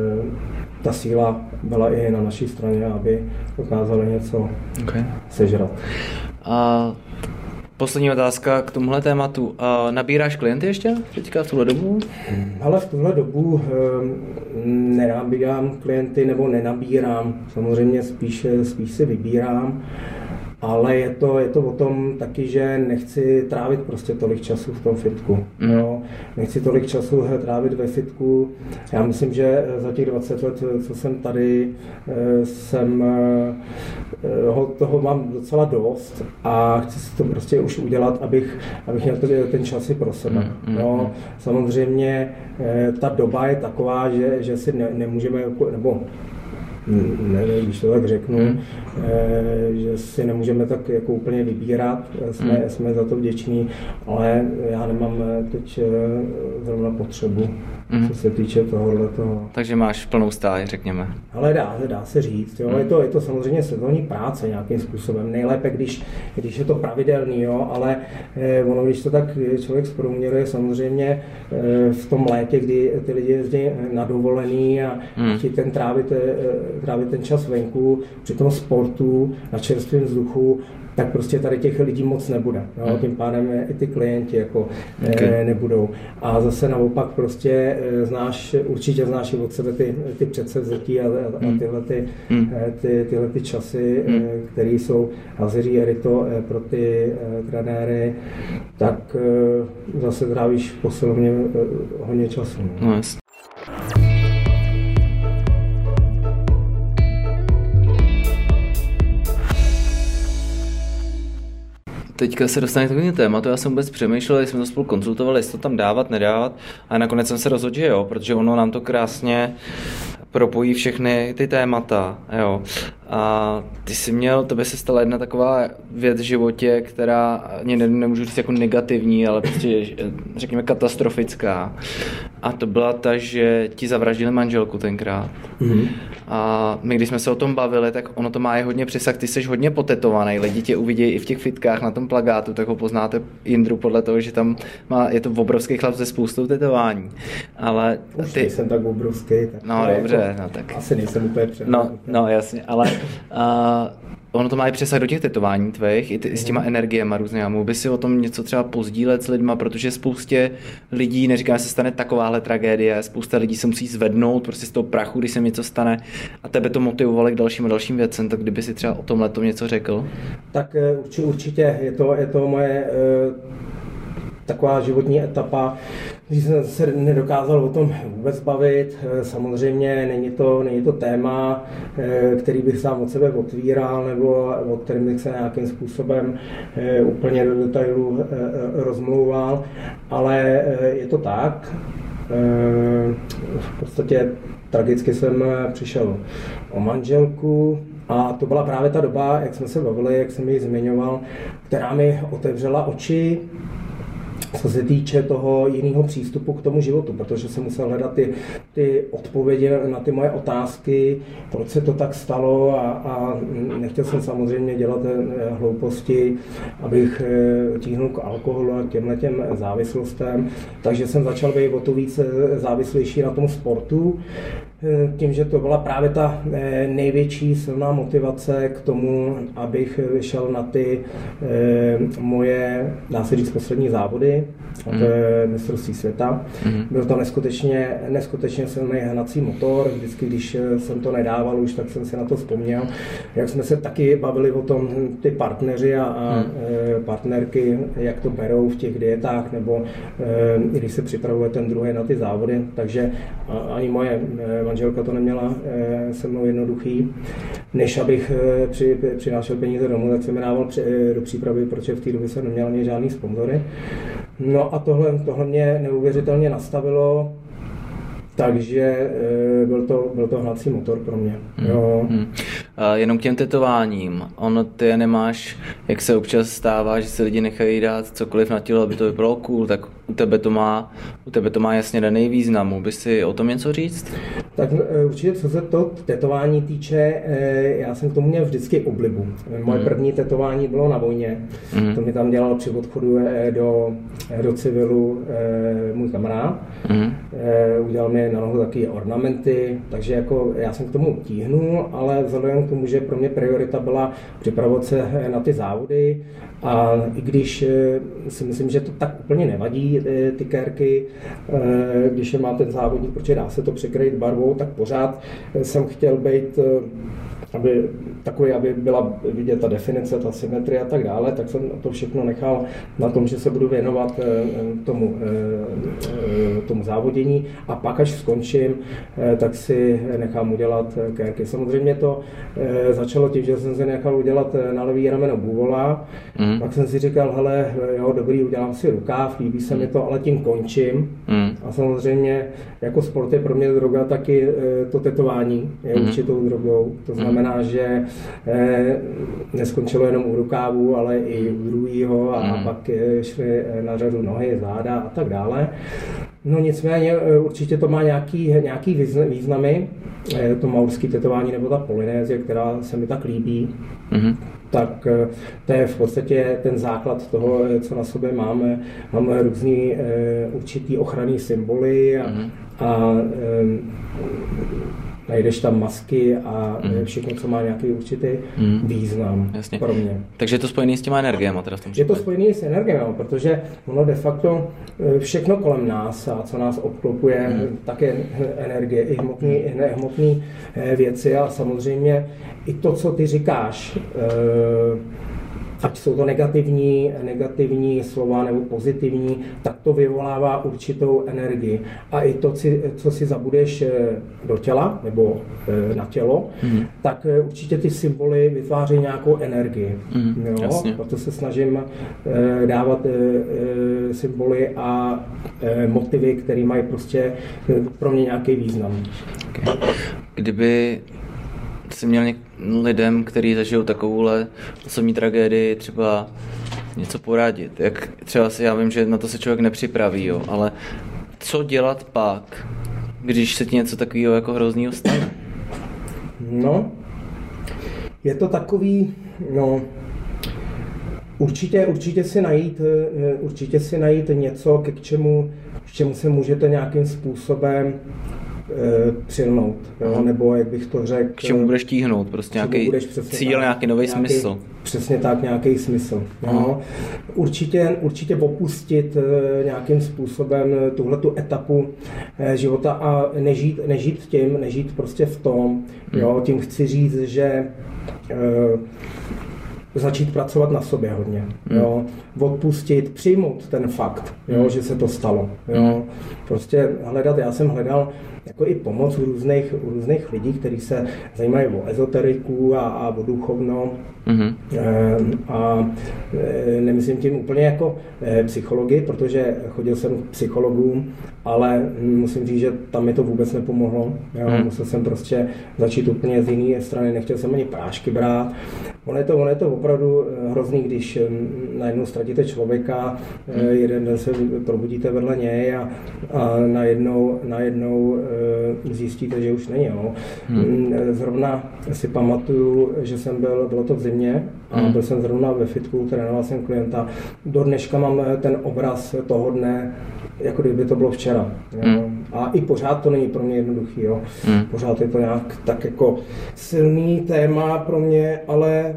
ta síla byla i na naší straně, aby dokázali něco okay. sežrat. A poslední otázka k tomuhle tématu. A nabíráš klienty ještě teďka v tuhle dobu? Ale v tuhle dobu e, nenabírám klienty nebo nenabírám. Samozřejmě spíš, spíš si vybírám. Ale je to, je to o tom taky, že nechci trávit prostě tolik času v tom fitku. Mm. Jo. Nechci tolik času trávit ve fitku. Já myslím, že za těch dvacet let, co jsem tady, jsem toho mám docela dost a chci si to prostě už udělat, abych, abych měl ten čas i pro sebe. Mm. Jo. Samozřejmě ta doba je taková, že, že si ne, nemůžeme, nebo nevím, když to tak řeknu, hmm. že si nemůžeme tak jako úplně vybírat, jsme, hmm. jsme za to vděční, ale já nemám teď zrovna potřebu, hmm. co se týče tohohle toho. Takže máš plnou stáj, řekněme. Ale dá, dá se říct, jo. Hmm. Je, to, je to samozřejmě sezónní práce nějakým způsobem, nejlépe, když, když je to pravidelný, jo, ale eh, ono, když to tak člověk zprůměruje, samozřejmě eh, v tom létě, kdy ty lidi jezdí na dovolený a hmm. chtějí ten trávit, eh, trávit ten čas venku, při tom sportu, na čerstvém vzduchu, tak prostě tady těch lidí moc nebude. Jo? Hmm. Tím pádem i ty klienti jako okay. e, nebudou. A zase naopak prostě e, znáš, určitě znáš od sebe ty, ty předsevzetí a, a, a tyhle, ty, hmm. e, ty, tyhle ty časy, hmm. e, které jsou hazeří erito e, pro ty e, trenéry, tak e, zase trávíš v posilovně e, hodně času. No, yes. Teďka se dostane k takovému tématu, já jsem vůbec přemýšlel, jsme to spolu konzultovali, jestli to tam dávat, nedávat, a nakonec jsem se rozhodl, že jo, protože ono nám to krásně propojí všechny ty témata, jo. A ty jsi měl, to by se stala jedna taková věc v životě, která, ani ne, nemůžu říct jako negativní, ale prostě řekněme katastrofická. A to byla ta, že ti zavraždili manželku tenkrát. Mm-hmm. A my, když jsme se o tom bavili, tak ono to má i hodně přesah, ty jsi hodně potetovaný, lidi tě uvidí i v těch fitkách na tom plakátu, tak ho poznáte Jindru podle toho, že tam má, je to obrovský chlap se spoustou tetování. Ale už ty... nejsem tak obrovský. Tak no dobře, jako, no tak... Asi nejsem úplně před. No, no jasně, ale... Uh, ono to má i přesah do těch tetování tvých, i, ty, i s těma energiema různě. Mohl by si o tom něco třeba pozdílet s lidma, protože spoustě lidí, neříkám, že se stane takováhle tragédie, spousta lidí se musí zvednout prostě z toho prachu, když se něco stane, a tebe to motivovalo k dalším a dalším věcem, tak kdyby si třeba o tomhle tom něco řekl? Tak určitě, je to, je to moje taková životní etapa, když jsem se nedokázal o tom vůbec bavit. Samozřejmě není to, není to téma, který bych sám od sebe otvíral, nebo o kterém bych se nějakým způsobem úplně do detailu rozmlouval, ale je to tak. V podstatě tragicky jsem přišel o manželku, a to byla právě ta doba, jak jsme se bavili, jak jsem ji zmiňoval, která mi otevřela oči, co se týče toho jiného přístupu k tomu životu, protože jsem musel hledat ty, ty odpovědi na ty moje otázky, proč se to tak stalo, a, a nechtěl jsem samozřejmě dělat hlouposti, abych tíhnul k alkoholu a těmhle těm závislostem, takže jsem začal být o to víc závislejší na tom sportu, tím, že to byla právě ta největší silná motivace k tomu, abych vyšel na ty moje, dá se říct, poslední závody, a to je mistrovství světa. Mm. Byl to neskutečně, neskutečně silný hnací motor, vždycky, když jsem to nedával už, tak jsem si na to vzpomněl. Jak jsme se taky bavili o tom, ty partneři a, a mm. partnerky, jak to berou v těch dietách, nebo když se připravuje ten druhý na ty závody, takže ani moje manželka to neměla se mnou jednoduchý. Než abych při, přinášel peníze domů, tak jsem mi dával do přípravy, protože v té době jsem neměl ani žádný sponzory. No a tohle, tohle mě neuvěřitelně nastavilo, takže byl to, byl to hnací motor pro mě. Hmm. Jo. Hmm. A jenom k těm tetováním. Ono ty nemáš, jak se občas stává, že si lidi nechají dát cokoliv na tělo, aby to vypadalo cool, tak u tebe to má, u tebe to má jasně daný význam. Mohl bys si o tom něco říct? Tak určitě, co se to tetování týče, já jsem k tomu měl vždycky oblibu. Moje hmm. první tetování bylo na vojně. Hmm. To mi tam dělal při odchodu do, do civilu můj kamarád. Hmm. Udělal mi na nohu taky ornamenty, takže jako já jsem k tomu tíhnul, ale vzhledem k tomu, že pro mě priorita byla připravovat se na ty závody, a i když si myslím, že to tak úplně nevadí, ty kérky, když je má ten závodník, protože dá se to překrýt barvou, tak pořád jsem chtěl být aby, takový, aby byla vidět ta definice, ta symetrie a tak dále, tak jsem to všechno nechal na tom, že se budu věnovat tomu, tomu závodění a pak, až skončím, tak si nechám udělat kérky. Samozřejmě to začalo tím, že jsem si nechal udělat na levý rameno Buvola, mm. pak jsem si říkal, hele, jo, dobrý, udělám si rukáv, líbí se mi to, ale tím končím. Mm. A samozřejmě jako sport je pro mě droga, taky to tetování je mm. určitou drogou. To znamená, mm. že neskončilo jenom u rukávu, ale i u druhého a mm. pak šly na řadu nohy, záda a tak dále. No nicméně určitě to má nějaký, nějaký významy, to maurský tetování nebo ta Polynézie, která se mi tak líbí. Mm-hmm. Tak to je v podstatě ten základ toho, co na sobě máme. Máme různý určitý ochranný symboly a, mm-hmm. a najdeš tam masky a mm. všechno, co má nějaký určitý mm. význam. Jasně. Pro mě. Takže je to spojené s těma energiemi teda v tom případě? Je to spojené s energiemi, protože ono de facto všechno kolem nás a co nás obklopuje, mm. také energie, i hmotné i nehmotné věci a samozřejmě i to, co ty říkáš, ať jsou to negativní, negativní slova nebo pozitivní, tak to vyvolává určitou energii. A i to, co si zabudeš do těla nebo na tělo, mm. tak určitě ty symboly vytváří nějakou energii. Mm, jo? Proto se snažím dávat symboly a motivy, které mají prostě pro mě nějaký význam. Okay. Kdyby jsi měl něk- lidem, kteří zažijou takovouhle osobní tragédii, třeba něco poradit. Jak třeba si, já vím, že na to se člověk nepřipraví, jo, ale co dělat pak, když se ti něco takového jako hroznýho stane? No, je to takový, no, určitě, určitě si najít, určitě si najít něco, ke k čemu, k čemu se můžete nějakým způsobem přilnout, jo? Nebo jak bych to řekl... K čemu budeš tíhnout, prostě nějaký cíl, tak, nějaký nový nějaký, smysl. Přesně tak, nějaký smysl. No. Určitě, určitě opustit nějakým způsobem tuhletu etapu života a nežít, nežít tím, nežít prostě v tom. Jo? Tím chci říct, že začít pracovat na sobě hodně, jo? Odpustit, přijmout ten fakt, jo? Že se to stalo. Jo? Prostě hledat, já jsem hledal jako i pomoc u různých, u různých lidí, kteří se zajímají o ezoteriku a, a o duchovno. Mm-hmm. E, a e, nemyslím tím úplně jako e, psychologii, protože chodil jsem k psychologům, ale musím říct, že tam mi to vůbec nepomohlo. Jo? Mm. Musel jsem prostě začít úplně z jiné strany, nechtěl jsem ani prášky brát. Ono je to, ono je to opravdu hrozný, když najednou ztratíte člověka, mm. jeden den se probudíte vedle něj a, a najednou, najednou zjistíte, že už není. Jo. Hmm. Zrovna si pamatuju, že jsem byl, bylo to v zimě a hmm. byl jsem zrovna ve fitku, trénoval jsem klienta. Do dneška mám ten obraz toho dne, jako kdyby to bylo včera. Jo. Hmm. A i pořád to není pro mě jednoduchý. Jo. Hmm. Pořád je to nějak tak jako silný téma pro mě, ale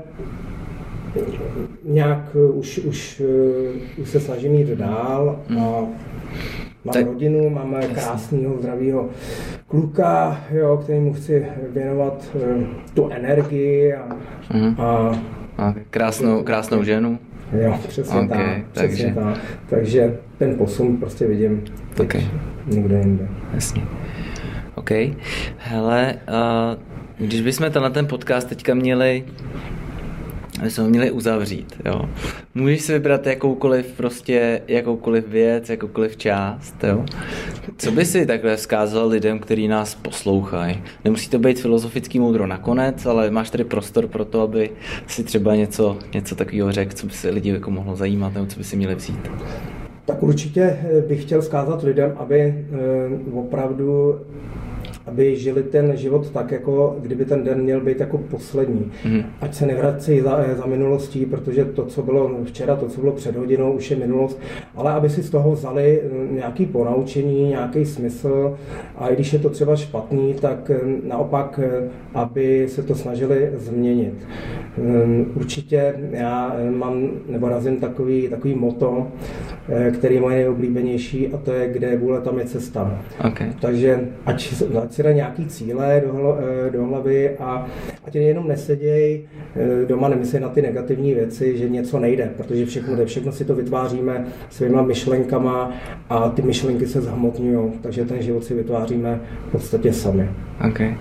nějak už, už, už se snažím jít dál a mám tak rodinu, máme krásného, zdravého kluka, jo, kterému chci věnovat uh, tu energii a, mm. a, a krásnou, krásnou ženu. Jo, přesně okay, tak. Přesně takže. tak. Takže ten posun prostě vidím okay. někde jinde. Jasně. OK. Hele, uh, když bychom tenhle ten podcast teďka měli aby jsme ho měli uzavřít, jo. Můžeš si vybrat jakoukoliv prostě, jakoukoliv věc, jakoukoliv část, jo. Co by si takhle vzkázal lidem, kteří nás poslouchají? Nemusí to být filozofický moudro nakonec, ale máš tady prostor pro to, aby si třeba něco, něco takového řekl, co by se lidi jako mohlo zajímat, nebo co by si měli vzít. Tak určitě bych chtěl vzkázat lidem, aby e, opravdu aby žili ten život tak, jako kdyby ten den měl být jako poslední. Mm. Ať se nevracejí za, za minulostí, protože to, co bylo včera, to, co bylo před hodinou, už je minulost, ale aby si z toho vzali nějaké ponaučení, nějaký smysl a i když je to třeba špatný, tak naopak, aby se to snažili změnit. Určitě já mám, nebo razím takový, takový motto, který je moje nejoblíbenější, a to je, kde je vůle, tam je cesta. Okay. Takže ať, ať si dá nějaký cíle do, hla, do hlavy a ať jenom neseděj doma, nemyslí na ty negativní věci, že něco nejde, protože všechno jde, všechno si to vytváříme svýma myšlenkama a ty myšlenky se zhmotňují, takže ten život si vytváříme v podstatě sami. Okay.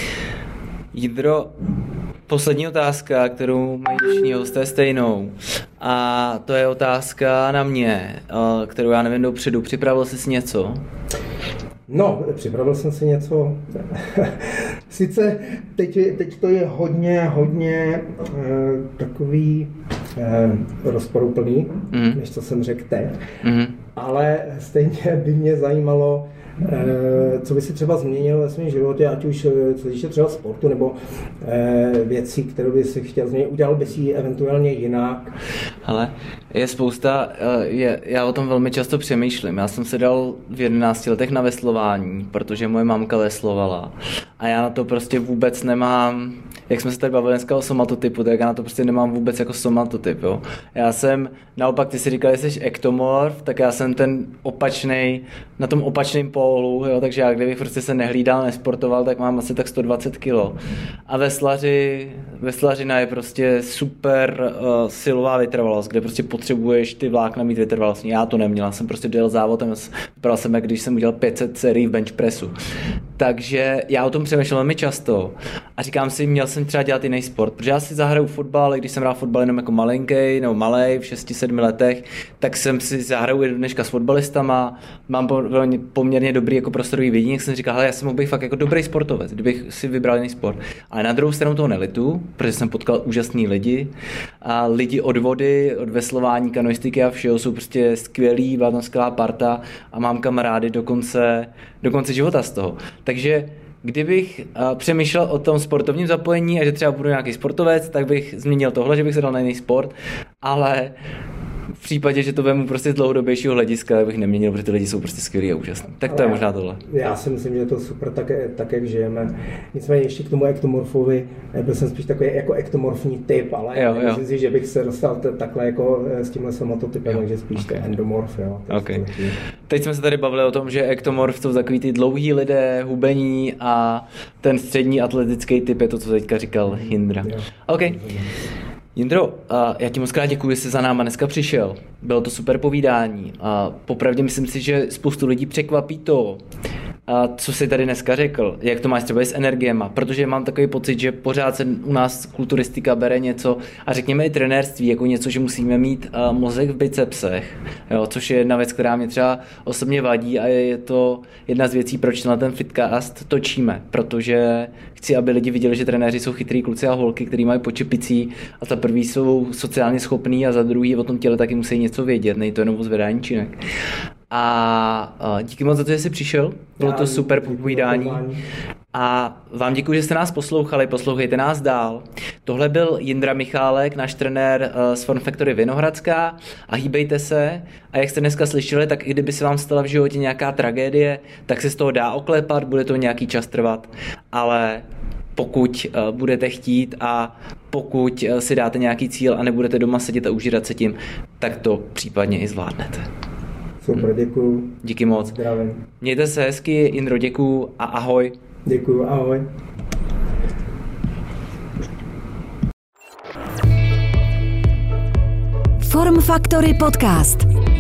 Jindro, poslední otázka, kterou mají všichni hosté stejnou, a to je otázka na mě, kterou já nevím dopředu. Připravil jsi si něco? No, připravil jsem si něco. Sice teď, teď to je hodně, hodně eh, takový eh, rozporuplný, mm. než co jsem řekl teď, mm. ale stejně by mě zajímalo, eh, co by si třeba změnil ve svém životě, ať už co týče třeba sportu nebo eh, věcí, které by si chtěl změnit, udělal by si ji eventuálně jinak. Ale je spousta, je, já o tom velmi často přemýšlím. Já jsem se dal v jedenácti letech na veslování, protože moje mamka veslovala. A já na to prostě vůbec nemám, jak jsme se tady bavili dneska o somatotypu, tak já na to prostě nemám vůbec jako somatotyp. Jo. Já jsem, naopak ty si říkal, že jsi ektomorf, tak já jsem ten opačnej, na tom opačném pólu, jo, takže já kdybych prostě se nehlídal, nesportoval, tak mám asi tak sto dvacet kilo. A veslaři, veslařina je prostě super uh, silová vytrvalost, kde prostě potřebuješ ty vlákna mít vytrvalostní. Já to neměl, jsem prostě dojel závodem, vypadal jsem, jak když jsem udělal pět set sérií v bench pressu. Takže já o tom přemýšlel velmi často a říkám si, měl jsem třeba dělat jiný sport, protože já si zahraju fotbal, když jsem hrál fotbal jenom jako malinkej nebo malej v šesti sedmi letech, tak jsem si zahraju i do dneška s fotbalistama, mám poměrně dobrý jako prostorový vidění, jak jsem říkal, hele, já jsem mohl být fakt jako dobrý sportovec, kdybych si vybral jiný sport. Ale na druhou stranu toho nelitu, protože jsem potkal úžasný lidi a lidi od vody, od veslování, kanoistiky a všeho jsou prostě skvělí, byla tam skvělá parta a mám kamarády do konce, do konce života z toho. Takže kdybych uh, přemýšlel o tom sportovním zapojení a že třeba budu nějaký sportovec, tak bych změnil tohle, že bych se dal na jiný sport, ale v případě, že to vemu prostě z dlouhodobějšího hlediska, tak bych neměnil, protože ty lidi jsou prostě skvělí a úžasní. Tak to ale je možná tohle. Já si myslím, že je to super, tak, tak jak žijeme. Nicméně ještě k tomu ektomorfovi, byl jsem spíš takový jako ektomorfní typ, ale jo, jo. myslím si, že bych se dostal t- takhle jako s tímhle somatotypem, takže spíš okay. endomorf. Jo, okay. Teď jsme se tady bavili o tom, že ektomorf jsou takový ty dlouhý lidé, hubení a ten střední atletický typ je to, co teďka říkal Jindra. Okay. Jindro, já ti moc krát děkuji, že jsi za náma dneska přišel. Bylo to super povídání. A popravdě myslím si, že spoustu lidí překvapí to, co jsi tady dneska řekl, jak to máš třeba s energiema, protože mám takový pocit, že pořád se u nás kulturistika bere něco a řekněme i trenérství jako něco, že musíme mít mozek v bicepsech, jo, což je jedna věc, která mě třeba osobně vadí a je to jedna z věcí, proč na ten Fitcast točíme, protože chci, aby lidi viděli, že trenéři jsou chytrý kluci a holky, kteří mají počepicí a za prvý jsou sociálně schopní a za druhý o tom těle taky musí něco vědět, nejde to jenom o zvedání činek. A díky moc za to, že jsi přišel, bylo to super povídání a vám děkuji, že jste nás poslouchali, poslouchejte nás dál. Tohle byl Jindra Michálek, náš trenér z Form Factory Vinohradská a hýbejte se a jak jste dneska slyšeli, tak i kdyby se vám stala v životě nějaká tragédie, tak se z toho dá oklepat, bude to nějaký čas trvat, ale pokud budete chtít a pokud si dáte nějaký cíl a nebudete doma sedět a užírat se tím, tak to případně i zvládnete. Super, děkuju. Díky moc. Zdravím. Mějte se hezky, Jindro, děkuju a ahoj. Děkuju, ahoj. Form Factory Podcast.